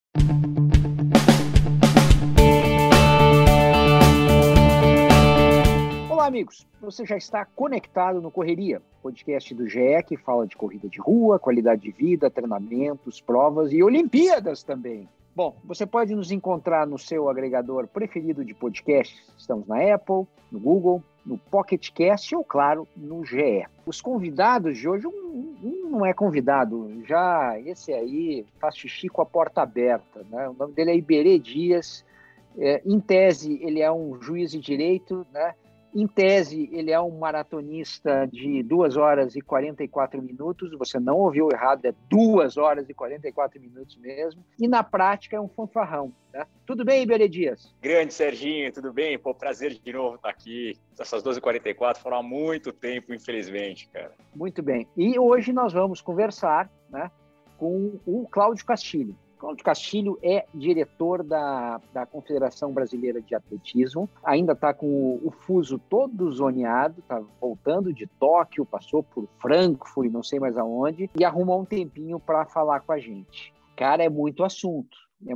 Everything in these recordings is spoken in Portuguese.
Olá, amigos. Você já está conectado no Correria, podcast do GE que fala de corrida de rua, qualidade de vida, treinamentos, provas e Olimpíadas também. Bom, você pode nos encontrar no seu agregador preferido de podcasts. Estamos na Apple, no Google, no Pocket Cast ou, claro, no GE. Os convidados de hoje, um não é convidado, já esse aí faz xixi com a porta aberta, né? O nome dele é Iberê Dias. Em tese, ele é um juiz de direito, né? Em tese, ele é um maratonista de 2 horas e 44 minutos. Você não ouviu errado, é 2 horas e 44 minutos mesmo. E na prática é um fanfarrão, né? Tudo bem, Iberê Dias? Grande Serginho, tudo bem? Pô, prazer de novo estar aqui. Essas 12h44 foram há muito tempo, infelizmente, cara. Muito bem. E hoje nós vamos conversar, né, com o Cláudio Castilho. Cláudio Castilho é diretor da Confederação Brasileira de Atletismo, ainda está com o fuso todo zoneado, está voltando de Tóquio, passou por Frankfurt, não sei mais aonde, e arrumou um tempinho para falar com a gente. Cara, é muito assunto.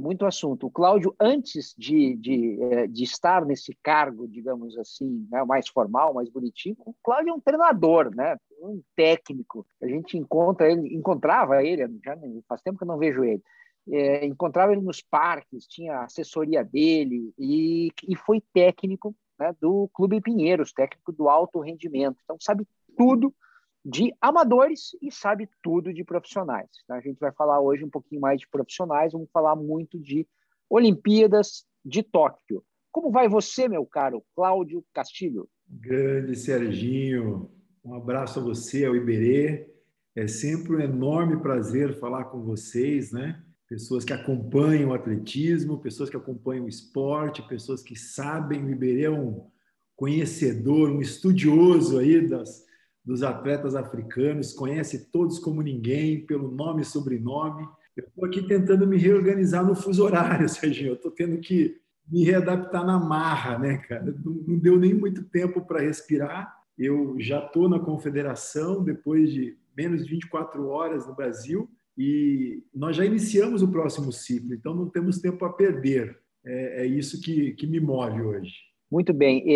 O Cláudio, antes de estar nesse cargo, digamos assim, né, mais formal, mais bonitinho, o Cláudio é um treinador, né, um técnico. A gente encontrava ele, já faz tempo que eu não vejo ele. Encontrava ele nos parques, tinha a assessoria dele e foi técnico, né, do Clube Pinheiros, técnico do alto rendimento. Então, sabe tudo de amadores e sabe tudo de profissionais. A gente vai falar hoje um pouquinho mais de profissionais, vamos falar muito de Olimpíadas de Tóquio. Como vai você, meu caro Cláudio Castilho? Grande Serginho, um abraço a você, ao Iberê. É sempre um enorme prazer falar com vocês, né? Pessoas que acompanham o atletismo, pessoas que acompanham o esporte, pessoas que sabem. O Iberê é um conhecedor, um estudioso aí dos atletas africanos, conhece todos como ninguém, pelo nome e sobrenome. Eu estou aqui tentando me reorganizar no fuso horário, Serginho. Eu estou tendo que me readaptar na marra, né, cara? Não deu nem muito tempo para respirar. Eu já estou na confederação depois de menos de 24 horas no Brasil e nós já iniciamos o próximo ciclo, então não temos tempo a perder. É isso que me move hoje. Muito bem.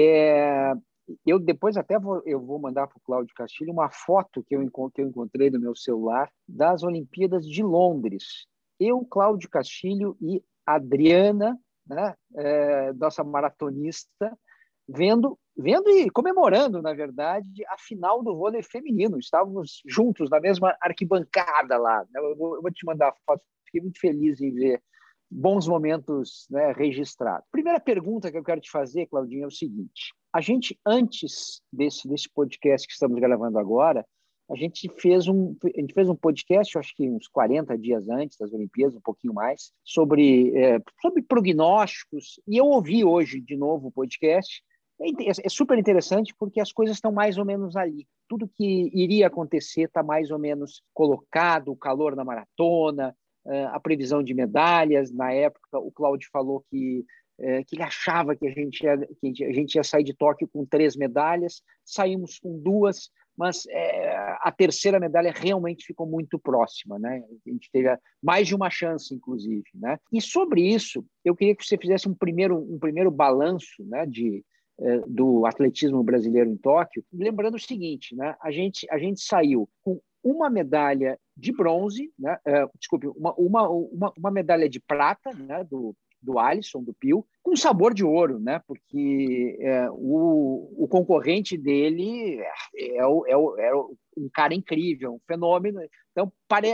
Eu depois até vou mandar para o Cláudio Castilho uma foto que eu encontrei no meu celular das Olimpíadas de Londres. Eu, Cláudio Castilho e Adriana, né, nossa maratonista, vendo e comemorando, na verdade, a final do vôlei feminino. Estávamos juntos na mesma arquibancada lá. Eu vou te mandar a foto. Fiquei muito feliz em ver bons momentos, né, registrados. Primeira pergunta que eu quero te fazer, Claudinho, é o seguinte. A gente, antes desse podcast que estamos gravando agora, a gente fez um podcast, acho que uns 40 dias antes das Olimpíadas, um pouquinho mais, sobre prognósticos, e eu ouvi hoje de novo o podcast. É super interessante porque as coisas estão mais ou menos ali. Tudo que iria acontecer está mais ou menos colocado, o calor na maratona, a previsão de medalhas. Na época, o Cláudio falou que ele achava que a gente ia sair de Tóquio com 3 medalhas, saímos com 2, mas a terceira medalha realmente ficou muito próxima, né? A gente teve mais de uma chance, inclusive, né? E sobre isso, eu queria que você fizesse um primeiro balanço, né, do atletismo brasileiro em Tóquio, lembrando o seguinte, né? A gente saiu com uma medalha de bronze, né? Desculpe, uma medalha de prata, né, do Alisson, do Pio, com sabor de ouro, né? Porque o concorrente dele era um cara incrível, um fenômeno. Então,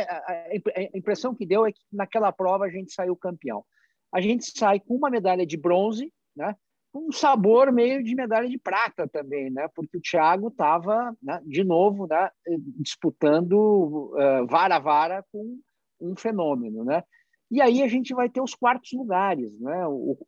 a impressão que deu é que naquela prova a gente saiu campeão. A gente sai com uma medalha de bronze, né, com um sabor meio de medalha de prata também, né? Porque o Thiago estava, né, de novo, né, disputando vara a vara com um fenômeno, né? E aí a gente vai ter os quartos lugares, né?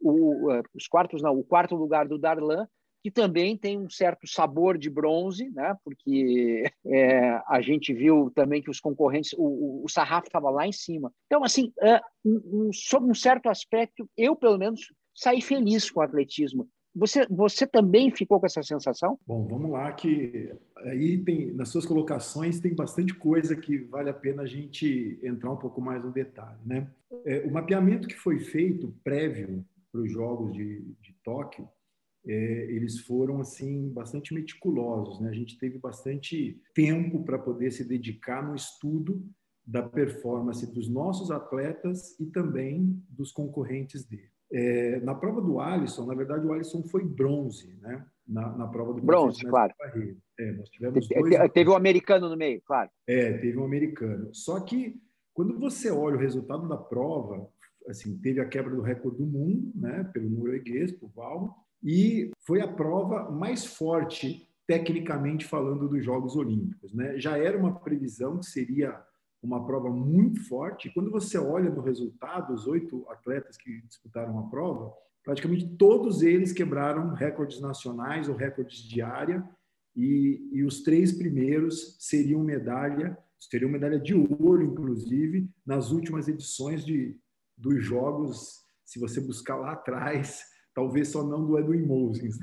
O quarto lugar do Darlan, que também tem um certo sabor de bronze, né? Porque a gente viu também que os concorrentes, o sarrafo estava lá em cima. Então, assim, sob um certo aspecto, eu, pelo menos, saí feliz com o atletismo. Você também ficou com essa sensação? Bom, vamos lá, que aí tem, nas suas colocações tem bastante coisa que vale a pena a gente entrar um pouco mais no detalhe, né? O mapeamento que foi feito prévio para os Jogos de Tóquio, eles foram assim bastante meticulosos, né? A gente teve bastante tempo para poder se dedicar no estudo da performance dos nossos atletas e também dos concorrentes dele. Na prova do Alisson, na verdade, o Alisson foi bronze, né? Na prova do Bronze, claro. Barreiro. Nós tivemos dois. Teve um americano no meio, claro. Teve um americano. Só que quando você olha o resultado da prova, assim, teve a quebra do recorde do mundo, né? Pelo norueguês, por Valmo, e foi a prova mais forte, tecnicamente falando, dos Jogos Olímpicos, né? Já era uma previsão que seria uma prova muito forte. Quando você olha no resultado, os 8 atletas que disputaram a prova, praticamente todos eles quebraram recordes nacionais ou recordes de área, e os 3 primeiros teriam medalha de ouro, inclusive, nas últimas edições dos Jogos. Se você buscar lá atrás, talvez só não do Edwin Mousins.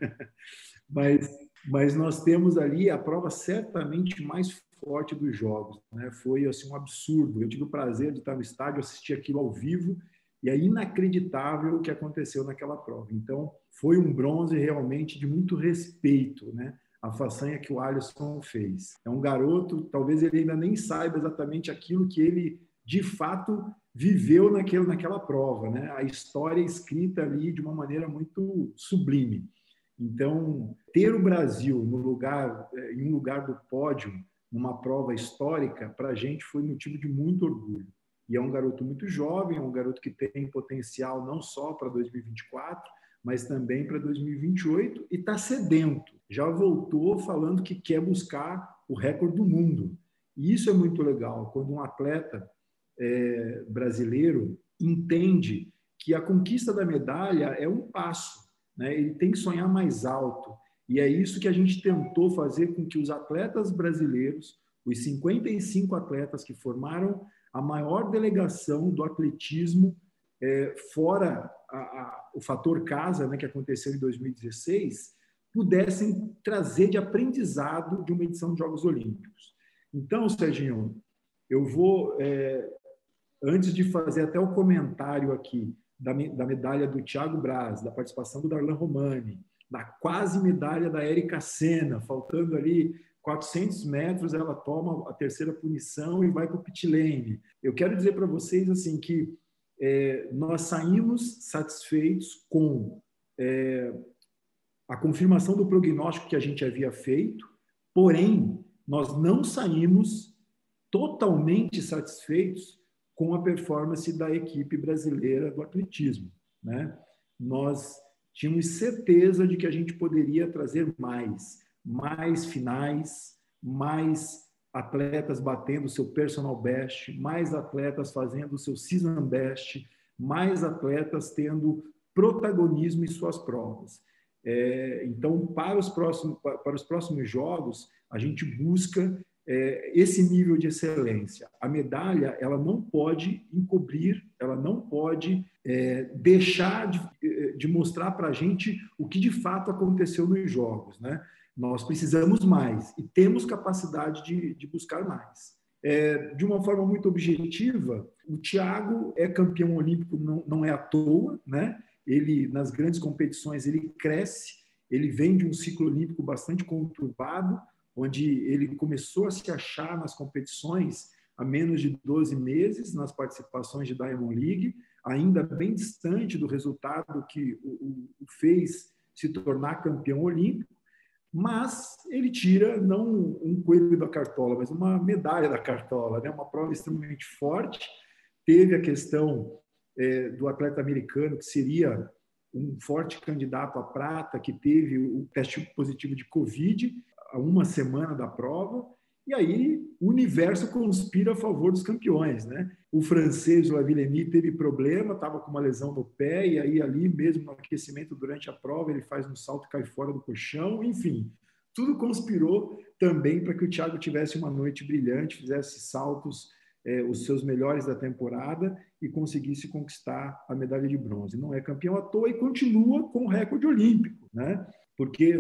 Mas nós temos ali a prova certamente mais forte dos Jogos, né? Foi assim, um absurdo. Eu tive o prazer de estar no estádio, assistir aquilo ao vivo, e é inacreditável o que aconteceu naquela prova. Então, foi um bronze realmente de muito respeito, né? A façanha que o Alisson fez. É um garoto, talvez ele ainda nem saiba exatamente aquilo que ele, de fato, viveu naquela prova, né? A história escrita ali de uma maneira muito sublime. Então, ter o Brasil em um lugar do pódio, numa prova histórica, para a gente foi motivo de muito orgulho. E é um garoto muito jovem, é um garoto que tem potencial não só para 2024, mas também para 2028, e está sedento. Já voltou falando que quer buscar o recorde do mundo. E isso é muito legal, quando um atleta brasileiro entende que a conquista da medalha é um passo, né? Ele tem que sonhar mais alto. E é isso que a gente tentou fazer com que os atletas brasileiros, os 55 atletas que formaram a maior delegação do atletismo, fora o fator casa, né, que aconteceu em 2016, pudessem trazer de aprendizado de uma edição de Jogos Olímpicos. Então, Serginho, eu vou, antes de fazer até o comentário aqui da medalha do Thiago Braz, da participação do Darlan Romani, da quase medalha da Érica Senna, faltando ali 400 metros, ela toma a terceira punição e vai para o pit lane. Eu quero dizer para vocês assim, que nós saímos satisfeitos com a confirmação do prognóstico que a gente havia feito, porém, nós não saímos totalmente satisfeitos com a performance da equipe brasileira do atletismo, né? Nós tínhamos certeza de que a gente poderia trazer mais finais, mais atletas batendo o seu personal best, mais atletas fazendo o seu season best, mais atletas tendo protagonismo em suas provas. Então, para os próximos jogos, a gente busca esse nível de excelência. A medalha, ela não pode encobrir, ela não pode deixar de mostrar para a gente o que de fato aconteceu nos jogos, né? Nós precisamos mais e temos capacidade de buscar mais. De uma forma muito objetiva, o Thiago é campeão olímpico, não é à toa, né? Ele, nas grandes competições, ele cresce, ele vem de um ciclo olímpico bastante conturbado, onde ele começou a se achar nas competições há menos de 12 meses, nas participações de Diamond League, ainda bem distante do resultado que o fez se tornar campeão olímpico, mas ele tira não um coelho da cartola, mas uma medalha da cartola, né? Uma prova extremamente forte. Teve a questão do atleta americano, que seria um forte candidato à prata, que teve o teste positivo de Covid a uma semana da prova, e aí o universo conspira a favor dos campeões, né? O francês, o Lavillenie, teve problema, estava com uma lesão no pé, e aí ali mesmo no aquecimento durante a prova ele faz um salto e cai fora do colchão, enfim, tudo conspirou também para que o Thiago tivesse uma noite brilhante, fizesse saltos os seus melhores da temporada e conseguisse conquistar a medalha de bronze. Não é campeão à toa e continua com o recorde olímpico, né? Porque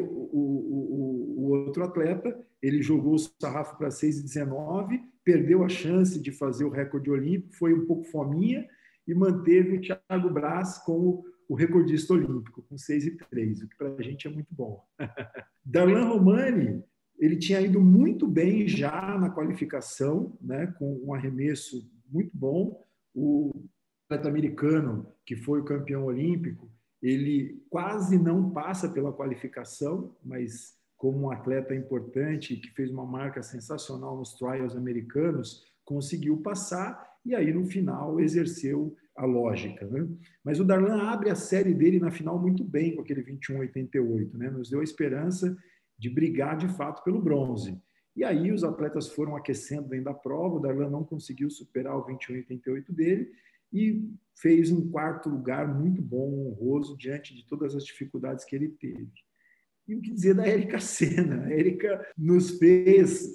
o outro atleta, ele jogou o sarrafo para 6,19, perdeu a chance de fazer o recorde olímpico, foi um pouco fominha e manteve o Thiago Braz como o recordista olímpico, com 6,3, o que para a gente é muito bom. Darlan Romani, ele tinha ido muito bem já na qualificação, né, com um arremesso muito bom. O atleta americano, que foi o campeão olímpico, ele quase não passa pela qualificação, mas como um atleta importante, que fez uma marca sensacional nos trials americanos, conseguiu passar e aí no final exerceu a lógica, né? Mas o Darlan abre a série dele na final muito bem com aquele 21,88, né? Nos deu a esperança de brigar de fato pelo bronze. E aí os atletas foram aquecendo dentro da prova, o Darlan não conseguiu superar o 21,88 dele e fez um quarto lugar muito bom, honroso, diante de todas as dificuldades que ele teve. E o que dizer da Érica Senna? A Érica nos fez...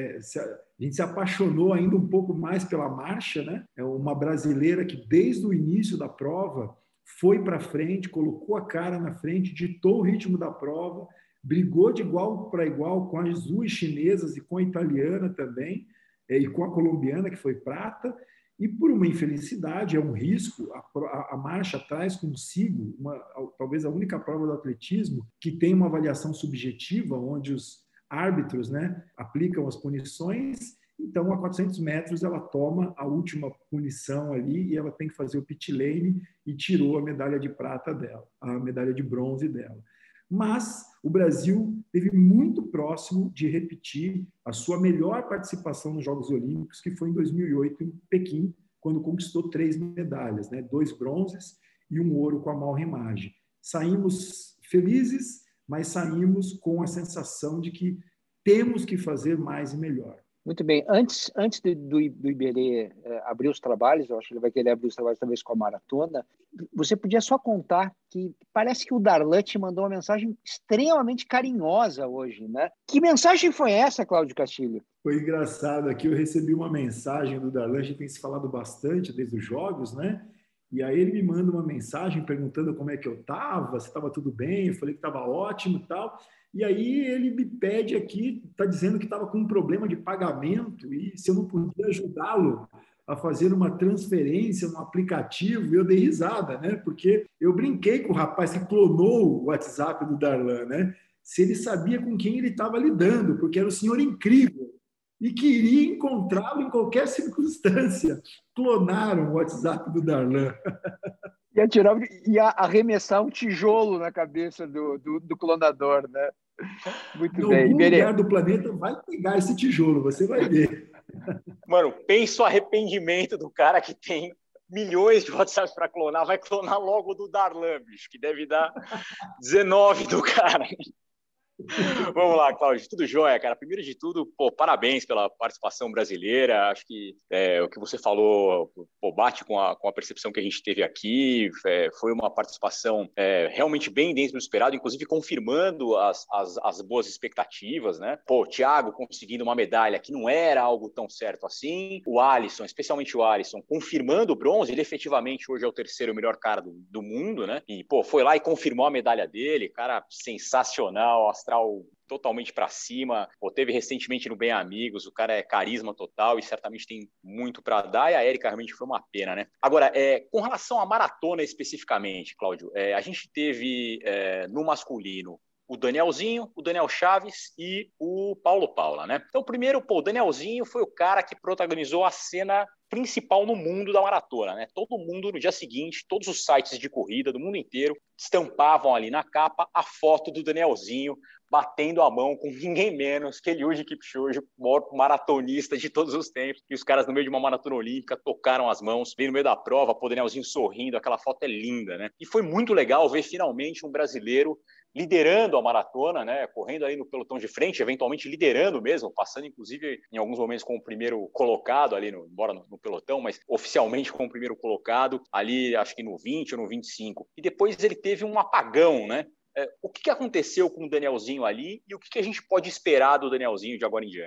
a gente se apaixonou ainda um pouco mais pela marcha, né? É uma brasileira que, desde o início da prova, foi para frente, colocou a cara na frente, ditou o ritmo da prova, brigou de igual para igual com as duas chinesas e com a italiana também, e com a colombiana, que foi prata. E por uma infelicidade, é um risco, a marcha traz consigo talvez a única prova do atletismo que tem uma avaliação subjetiva, onde os árbitros, né, aplicam as punições. Então, a 400 metros, ela toma a última punição ali e ela tem que fazer o pit lane e tirou a medalha de prata dela, a medalha de bronze dela. Mas o Brasil esteve muito próximo de repetir a sua melhor participação nos Jogos Olímpicos, que foi em 2008, em Pequim, quando conquistou 3 medalhas, né? 2 bronzes e 1 ouro com a Malra Imagem. Saímos felizes, mas saímos com a sensação de que temos que fazer mais e melhor. Muito bem. Antes do Iberê abrir os trabalhos, eu acho que ele vai querer abrir os trabalhos talvez com a maratona, você podia só contar que parece que o Darlan te mandou uma mensagem extremamente carinhosa hoje, né? Que mensagem foi essa, Cláudio Castilho? Foi engraçado aqui, eu recebi uma mensagem do Darlan, a gente tem se falado bastante desde os Jogos, né? E aí ele me manda uma mensagem perguntando como é que eu estava, se estava tudo bem, eu falei que estava ótimo e tal. E aí ele me pede aqui, está dizendo que estava com um problema de pagamento e se eu não podia ajudá-lo a fazer uma transferência no aplicativo. E eu dei risada, né? Porque eu brinquei com o rapaz que clonou o WhatsApp do Darlan, né? Se ele sabia com quem ele estava lidando, porque era um senhor incrível e queria encontrá-lo em qualquer circunstância. Clonaram o WhatsApp do Darlan. Ia arremessar um tijolo na cabeça do clonador, né? Muito em bem. Em algum lugar do planeta vai pegar esse tijolo, você vai ver. Mano, pensa o arrependimento do cara que tem milhões de WhatsApps para clonar, vai clonar logo do Darlan, bicho, que deve dar 19 do cara. Vamos lá, Cláudio, tudo jóia, cara. Primeiro de tudo, parabéns pela participação brasileira. Acho que o que você falou bate com a percepção que a gente teve aqui. Foi uma participação realmente bem dentro do esperado, inclusive confirmando as boas expectativas, né? Thiago conseguindo uma medalha que não era algo tão certo assim. O Alisson, especialmente o Alisson, confirmando o bronze. Ele efetivamente hoje é o terceiro melhor cara do mundo, né? E, foi lá e confirmou a medalha dele. Cara sensacional, astral totalmente para cima. Teve recentemente no Bem Amigos, o cara é carisma total e certamente tem muito para dar, e a Érica realmente foi uma pena, né? Agora, com relação à maratona especificamente, Cláudio, a gente teve no masculino o Danielzinho, o Daniel Chaves e o Paulo Paula, né? Então, primeiro, o Danielzinho foi o cara que protagonizou a cena principal no mundo da maratona, né? Todo mundo, no dia seguinte, todos os sites de corrida do mundo inteiro estampavam ali na capa a foto do Danielzinho batendo a mão com ninguém menos que Eliud Kipchoge, o maior maratonista de todos os tempos. E os caras, no meio de uma maratona olímpica, tocaram as mãos, bem no meio da prova, o Danielzinho sorrindo, aquela foto é linda, né? E foi muito legal ver finalmente um brasileiro liderando a maratona, né, correndo aí no pelotão de frente, eventualmente liderando mesmo, passando inclusive em alguns momentos como o primeiro colocado ali, embora no pelotão, mas oficialmente como o primeiro colocado ali, acho que no 20 ou no 25. E depois ele teve um apagão, né? O que aconteceu com o Danielzinho ali e o que a gente pode esperar do Danielzinho de agora em diante?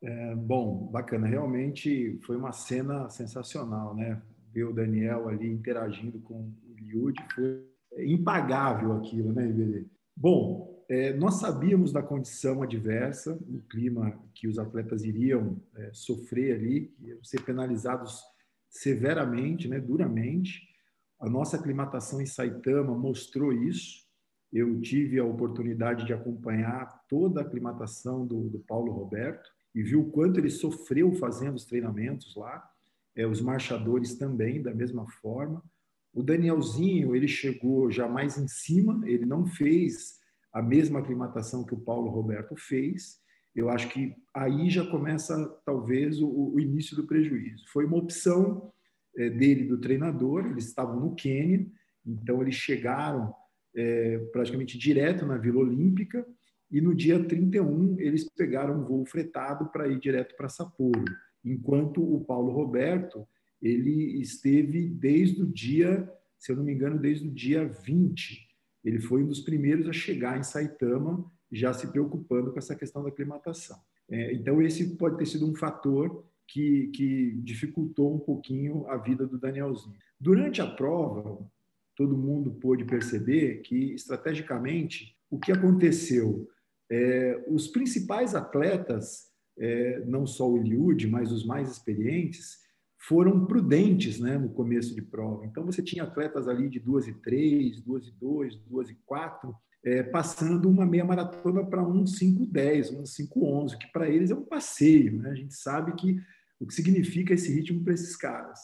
Bom, bacana. Realmente foi uma cena sensacional, né? Ver o Daniel ali interagindo com o Eliud foi impagável aquilo, né, Iberê? Bom, nós sabíamos da condição adversa, o clima que os atletas iriam sofrer ali, que iam ser penalizados severamente, né, duramente. A nossa aclimatação em Saitama mostrou isso. Eu tive a oportunidade de acompanhar toda a aclimatação do Paulo Roberto e vi o quanto ele sofreu fazendo os treinamentos lá. Os marchadores também, da mesma forma. O Danielzinho, ele chegou já mais em cima, ele não fez a mesma aclimatação que o Paulo Roberto fez. Eu acho que aí já começa, talvez, o início do prejuízo. Foi uma opção dele, do treinador, eles estavam no Quênia, então eles chegaram praticamente direto na Vila Olímpica, e no dia 31 eles pegaram um voo fretado para ir direto para Sapporo, enquanto o Paulo Roberto ele esteve desde o dia, se eu não me engano, desde o dia 20. Ele foi um dos primeiros a chegar em Saitama, já se preocupando com essa questão da aclimatação. Então, esse pode ter sido um fator que dificultou um pouquinho a vida do Danielzinho. Durante a prova, todo mundo pôde perceber que, estrategicamente, o que aconteceu? Os principais atletas, não só o Eliud, mas os mais experientes, foram prudentes, né, no começo de prova. Então, você tinha atletas ali de 2:03, 2:02, 2:04, passando uma meia maratona para 1:05:10, 1:05:11, que para eles é um passeio, né? A gente sabe o que significa esse ritmo para esses caras.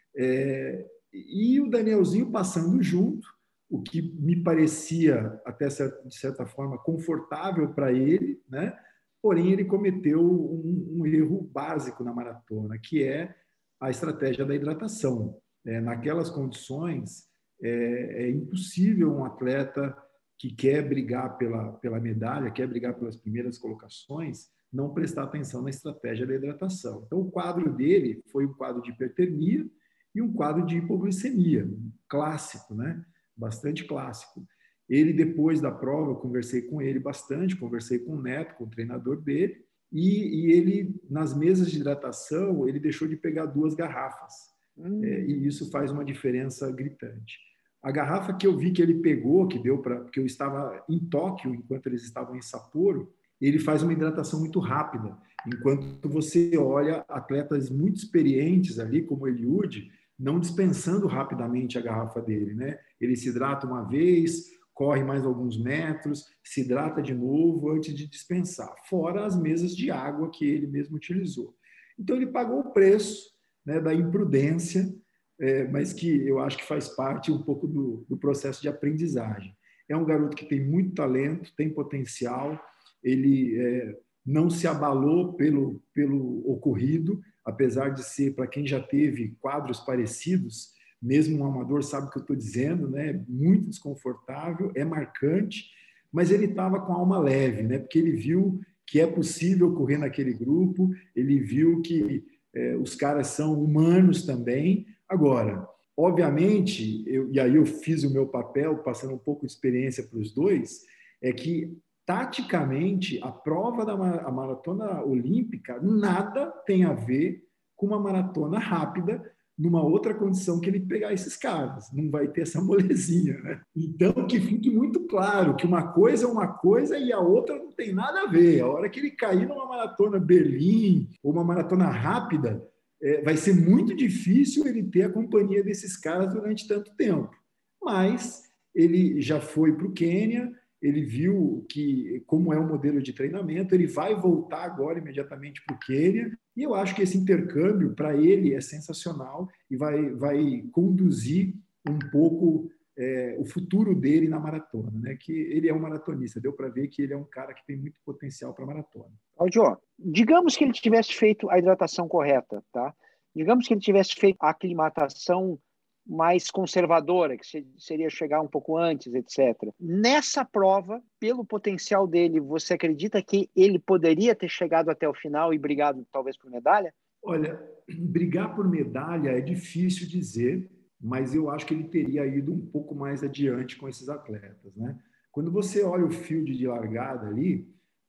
E o Danielzinho passando junto, o que me parecia, até de certa forma, confortável para ele, né? Porém, ele cometeu um erro básico na maratona, que é a estratégia da hidratação. Naquelas condições, é impossível um atleta que quer brigar pela medalha, quer brigar pelas primeiras colocações, não prestar atenção na estratégia da hidratação. Então, o quadro dele foi um quadro de hipertermia e um quadro de hipoglicemia, clássico, né? Bastante clássico. Ele, depois da prova, eu conversei com ele bastante, conversei com o Neto, com o treinador dele, e ele, nas mesas de hidratação, ele deixou de pegar 2 garrafas. E isso faz uma diferença gritante. A garrafa que eu vi que ele pegou, que deu para... Porque eu estava em Tóquio, enquanto eles estavam em Sapporo, ele faz uma hidratação muito rápida. Enquanto você olha atletas muito experientes ali, como o Eliud, não dispensando rapidamente a garrafa dele, né? Ele se hidrata uma vez, corre mais alguns metros, se hidrata de novo antes de dispensar, fora as mesas de água que ele mesmo utilizou. Então, ele pagou o preço, né, da imprudência, mas que eu acho que faz parte um pouco do processo de aprendizagem. É um garoto que tem muito talento, tem potencial, ele não se abalou pelo ocorrido, apesar de ser, para quem já teve quadros parecidos, mesmo um amador sabe o que eu estou dizendo, né? Muito desconfortável, é marcante, mas ele estava com a alma leve, né? Porque ele viu que é possível correr naquele grupo, ele viu que os caras são humanos também. Agora, obviamente, e aí eu fiz o meu papel, passando um pouco de experiência para os dois, é que taticamente, a prova a maratona olímpica nada tem a ver com uma maratona rápida numa outra condição que ele pegar esses caras. Não vai ter essa molezinha, né? Então, que fique muito claro que uma coisa é uma coisa e a outra não tem nada a ver. A hora que ele cair numa maratona Berlim ou uma maratona rápida, vai ser muito difícil ele ter a companhia desses caras durante tanto tempo. Mas ele já foi para o Quênia, ele viu como é o modelo de treinamento, ele vai voltar agora imediatamente para o Quênia, e eu acho que esse intercâmbio, para ele, é sensacional e vai conduzir um pouco o futuro dele na maratona, né? Que ele é um maratonista, deu para ver que ele é um cara que tem muito potencial para maratona. Claudio, digamos que ele tivesse feito a hidratação correta, tá? Digamos que ele tivesse feito a aclimatação mais conservadora, que seria chegar um pouco antes, etc. Nessa prova, pelo potencial dele, você acredita que ele poderia ter chegado até o final e brigado talvez por medalha? Olha, brigar por medalha é difícil dizer, mas eu acho que ele teria ido um pouco mais adiante com esses atletas, né? Quando você olha o field de largada ali,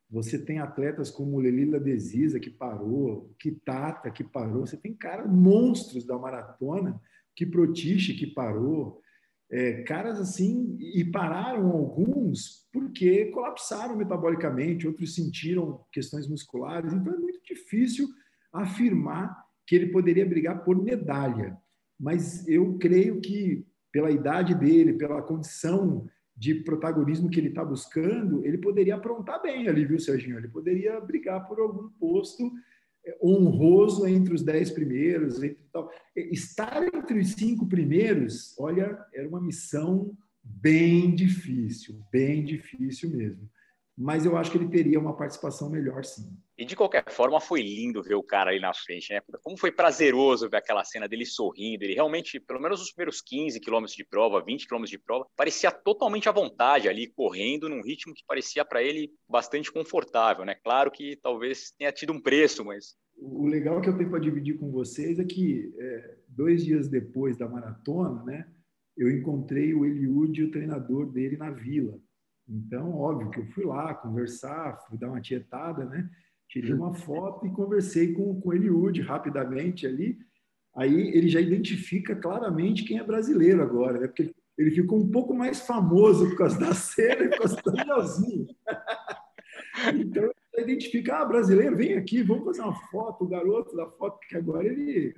Você tem atletas como o Lelila Desisa, que parou, o Kitata, que parou. Você tem caras monstros da maratona, Kiprotich, que parou. Caras assim, e pararam alguns porque colapsaram metabolicamente, outros sentiram questões musculares. Então, é muito difícil afirmar que ele poderia brigar por medalha. Mas eu creio que, pela idade dele, pela condição de protagonismo que ele está buscando, ele poderia aprontar bem ali, viu, Serginho? Ele poderia brigar por algum posto honroso entre os 10 primeiros. Estar entre os 5 primeiros, olha, era uma missão bem difícil mesmo. Mas eu acho que ele teria uma participação melhor, sim. E de qualquer forma, foi lindo ver o cara ali na frente, né? Como foi prazeroso ver aquela cena dele sorrindo. Ele realmente, pelo menos os primeiros 15 quilômetros de prova, 20 quilômetros de prova, parecia totalmente à vontade ali, correndo num ritmo que parecia para ele bastante confortável, né? Claro que talvez tenha tido um preço, mas... O legal que eu tenho para dividir com vocês é que 2 dias depois da maratona, né, eu encontrei o Eliud e o treinador dele na Vila. Então, óbvio que eu fui lá conversar, fui dar uma tietada, né? Tirei uma foto e conversei com o Eliud rapidamente ali. Aí ele já identifica claramente quem é brasileiro agora, né? Porque ele ficou um pouco mais famoso por causa da cena e por causa do Danielzinho. Então, ele identifica, brasileiro, vem aqui, vamos fazer uma foto, o garoto da foto, que agora ele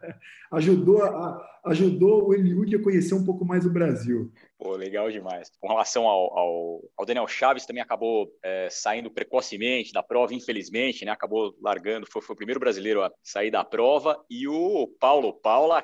ajudou o Eliud a conhecer um pouco mais o Brasil. Pô, legal demais. Com relação ao Daniel Chaves, também acabou saindo precocemente da prova, infelizmente, né? Acabou largando, foi o primeiro brasileiro a sair da prova. E o Paulo Paula,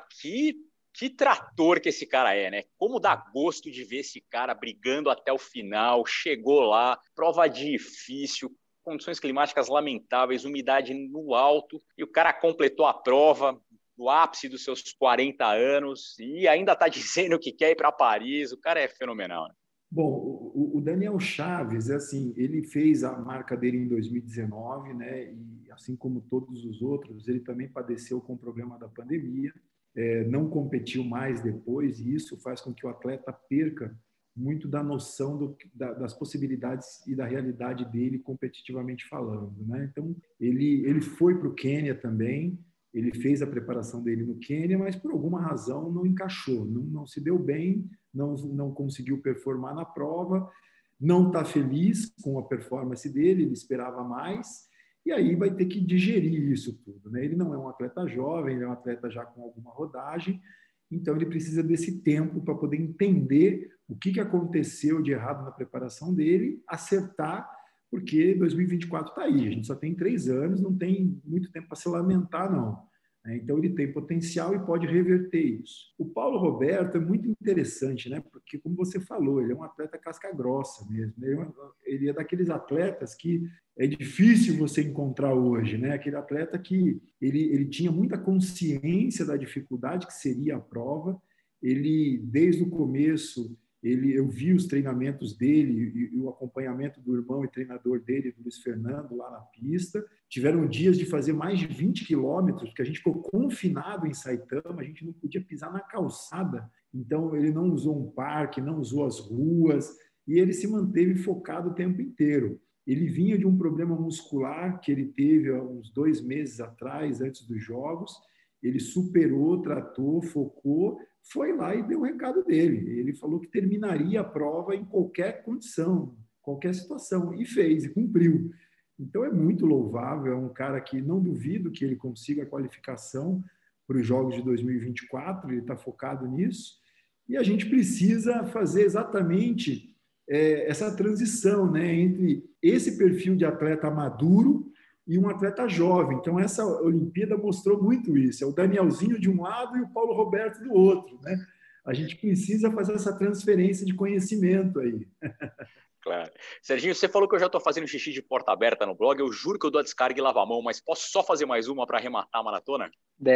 que trator que esse cara é, né? Como dá gosto de ver esse cara brigando até o final, chegou lá, prova difícil, condições climáticas lamentáveis, umidade no alto, e o cara completou a prova no ápice dos seus 40 anos e ainda está dizendo que quer ir para Paris. O cara é fenomenal, né? Bom, o Daniel Chaves, assim, ele fez a marca dele em 2019, né? E assim como todos os outros, ele também padeceu com o problema da pandemia, não competiu mais depois, e isso faz com que o atleta perca muito da noção das possibilidades e da realidade dele competitivamente falando, né? Então, ele foi para o Quênia também, ele fez a preparação dele no Quênia, mas por alguma razão não encaixou, não se deu bem, não conseguiu performar na prova, não está feliz com a performance dele, ele esperava mais, e aí vai ter que digerir isso tudo, né? Ele não é um atleta jovem, ele é um atleta já com alguma rodagem, então ele precisa desse tempo para poder entender o que aconteceu de errado na preparação dele, acertar, porque 2024 está aí, a gente só tem 3 anos, não tem muito tempo para se lamentar, não. Então, ele tem potencial e pode reverter isso. O Paulo Roberto é muito interessante, né? Porque, como você falou, ele é um atleta casca grossa mesmo. Ele é daqueles atletas que é difícil você encontrar hoje, né? Aquele atleta que ele tinha muita consciência da dificuldade que seria a prova. Ele, desde o começo, eu vi os treinamentos dele e o acompanhamento do irmão e treinador dele, do Luiz Fernando, lá na pista. Tiveram dias de fazer mais de 20 quilômetros, porque a gente ficou confinado em Saitama, a gente não podia pisar na calçada. Então, ele não usou um parque, não usou as ruas, e ele se manteve focado o tempo inteiro. Ele vinha de um problema muscular que ele teve há uns 2 meses atrás, antes dos Jogos. Ele superou, tratou, focou, foi lá e deu o recado dele. Ele falou que terminaria a prova em qualquer condição, qualquer situação, e fez, e cumpriu. Então é muito louvável, é um cara que não duvido que ele consiga a qualificação para os Jogos de 2024, ele está focado nisso, e a gente precisa fazer exatamente essa transição, né, entre esse perfil de atleta maduro e um atleta jovem. Então, essa Olimpíada mostrou muito isso. É o Danielzinho de um lado e o Paulo Roberto do outro, né? A gente precisa fazer essa transferência de conhecimento aí. Claro. Serginho, você falou que eu já estou fazendo xixi de porta aberta no blog. Eu juro que eu dou a descarga e lavo a mão, mas posso só fazer mais uma para arrematar a maratona? Deve.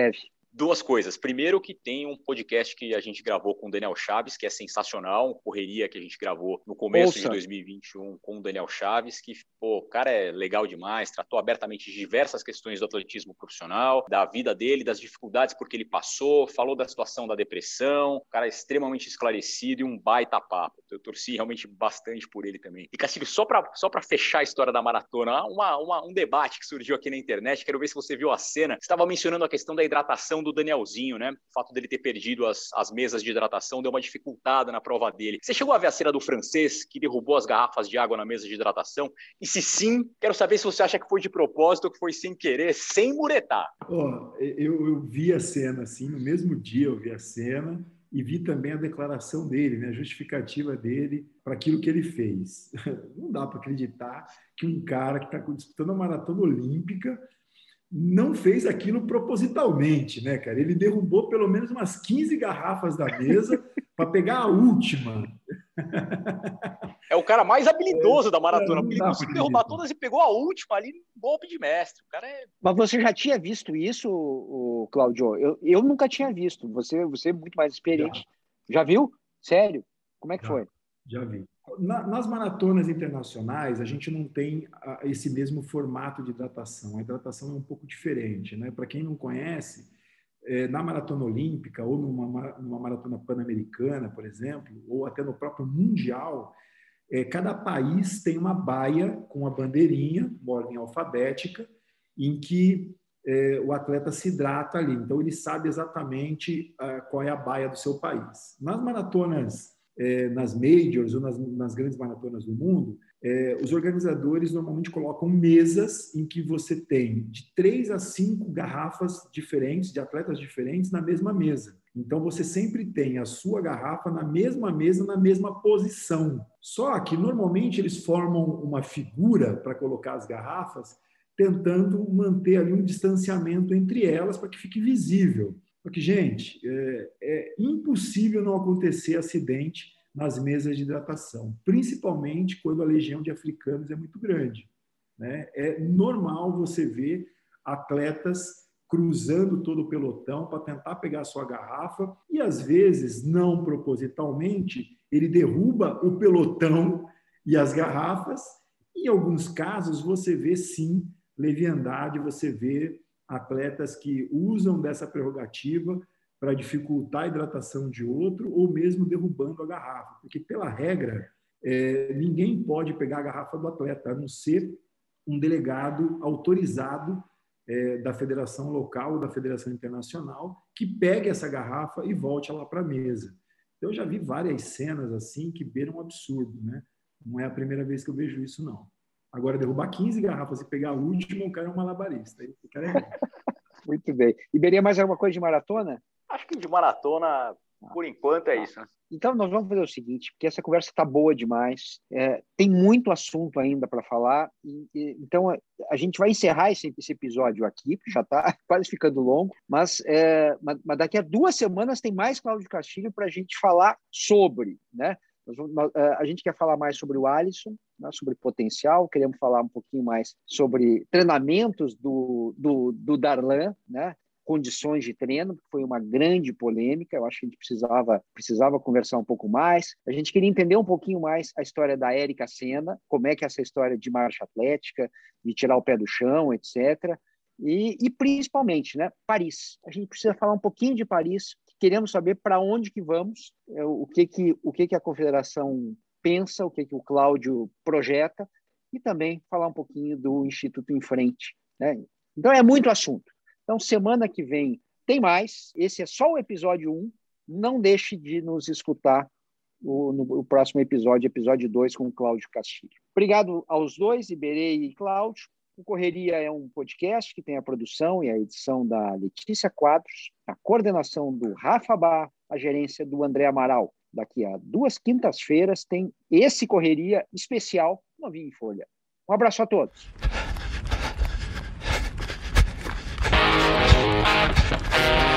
Duas coisas. Primeiro, que tem um podcast que a gente gravou com o Daniel Chaves, que é sensacional, correria que a gente gravou no começo de 2021 com o Daniel Chaves, que, pô, o cara é legal demais, tratou abertamente de diversas questões do atletismo profissional, da vida dele, das dificuldades por que ele passou, falou da situação da depressão, o cara é extremamente esclarecido e um baita papo. Eu torci realmente bastante por ele também. E, Castilho, só para fechar a história da maratona, um debate que surgiu aqui na internet, quero ver se você viu a cena. Você estava mencionando a questão da hidratação do Danielzinho, né? O fato dele ter perdido as mesas de hidratação deu uma dificultada na prova dele. Você chegou a ver a cena do francês que derrubou as garrafas de água na mesa de hidratação? E se sim, quero saber se você acha que foi de propósito ou que foi sem querer, sem muretar. Eu vi a cena, assim, no mesmo dia eu vi a cena e vi também a declaração dele, né? A justificativa dele para aquilo que ele fez. Não dá para acreditar que um cara que está disputando a maratona olímpica não fez aquilo propositalmente, né, cara? Ele derrubou pelo menos umas 15 garrafas da mesa para pegar a última. É o cara mais habilidoso da maratona. Ele conseguiu derrubar todas e pegou a última ali no golpe de mestre. O cara é... Mas você já tinha visto isso, Cláudio? Eu nunca tinha visto. Você é muito mais experiente. Já viu? Sério? Como é que foi? Já vi. Nas maratonas internacionais, a gente não tem esse mesmo formato de hidratação. A hidratação é um pouco diferente, né? Para quem não conhece, na maratona olímpica ou numa maratona pan-americana, por exemplo, ou até no próprio mundial, cada país tem uma baia com a bandeirinha, uma ordem alfabética, em que o atleta se hidrata ali. Então, ele sabe exatamente qual é a baia do seu país. Nas maratonas, nas majors ou nas grandes maratonas do mundo, os organizadores normalmente colocam mesas em que você tem de 3 a 5 garrafas diferentes, de atletas diferentes, na mesma mesa. Então, você sempre tem a sua garrafa na mesma mesa, na mesma posição. Só que, normalmente, eles formam uma figura para colocar as garrafas, tentando manter ali um distanciamento entre elas para que fique visível. Porque, gente, é impossível não acontecer acidente nas mesas de hidratação, principalmente quando a legião de africanos é muito grande, né? É normal você ver atletas cruzando todo o pelotão para tentar pegar a sua garrafa e, às vezes, não propositalmente, ele derruba o pelotão e as garrafas. Em alguns casos, você vê, sim, leviandade, você vê atletas que usam dessa prerrogativa para dificultar a hidratação de outro ou mesmo derrubando a garrafa. Porque, pela regra, ninguém pode pegar a garrafa do atleta, a não ser um delegado autorizado da federação local ou da federação internacional que pegue essa garrafa e volte ela para a mesa. Eu já vi várias cenas assim que beiram um absurdo, né? Não é a primeira vez que eu vejo isso, não. Agora, derrubar 15 garrafas e pegar a última, o cara é um malabarista. O cara é... Muito bem. Iberia, mais alguma coisa de maratona? Acho que de maratona, por enquanto, é isso, né? Então, nós vamos fazer o seguinte, porque essa conversa está boa demais, tem muito assunto ainda para falar, então a gente vai encerrar esse episódio aqui, porque já está quase ficando longo, mas daqui a 2 semanas tem mais Cláudio Castilho para a gente falar sobre, né? A gente quer falar mais sobre o Alisson, né, sobre potencial, queremos falar um pouquinho mais sobre treinamentos do Darlan, né? Condições de treino, que foi uma grande polêmica. Eu acho que a gente precisava conversar um pouco mais. A gente queria entender um pouquinho mais a história da Érica Senna, como é que é essa história de marcha atlética, de tirar o pé do chão, etc. E principalmente, né, Paris. A gente precisa falar um pouquinho de Paris. Queremos saber para onde que vamos, o que a confederação pensa, o que o Cláudio projeta, e também falar um pouquinho do Instituto Em Frente, né? Então, é muito assunto. Então, semana que vem tem mais. Esse é só o episódio 1. Não deixe de nos escutar no próximo episódio, episódio 2, com o Cláudio Castilho. Obrigado aos dois, Iberê e Cláudio. O Correria é um podcast que tem a produção e a edição da Letícia Quadros, a coordenação do Rafa Bá, a gerência do André Amaral. Daqui a 2 quintas-feiras tem esse Correria especial novinho em folha. Um abraço a todos.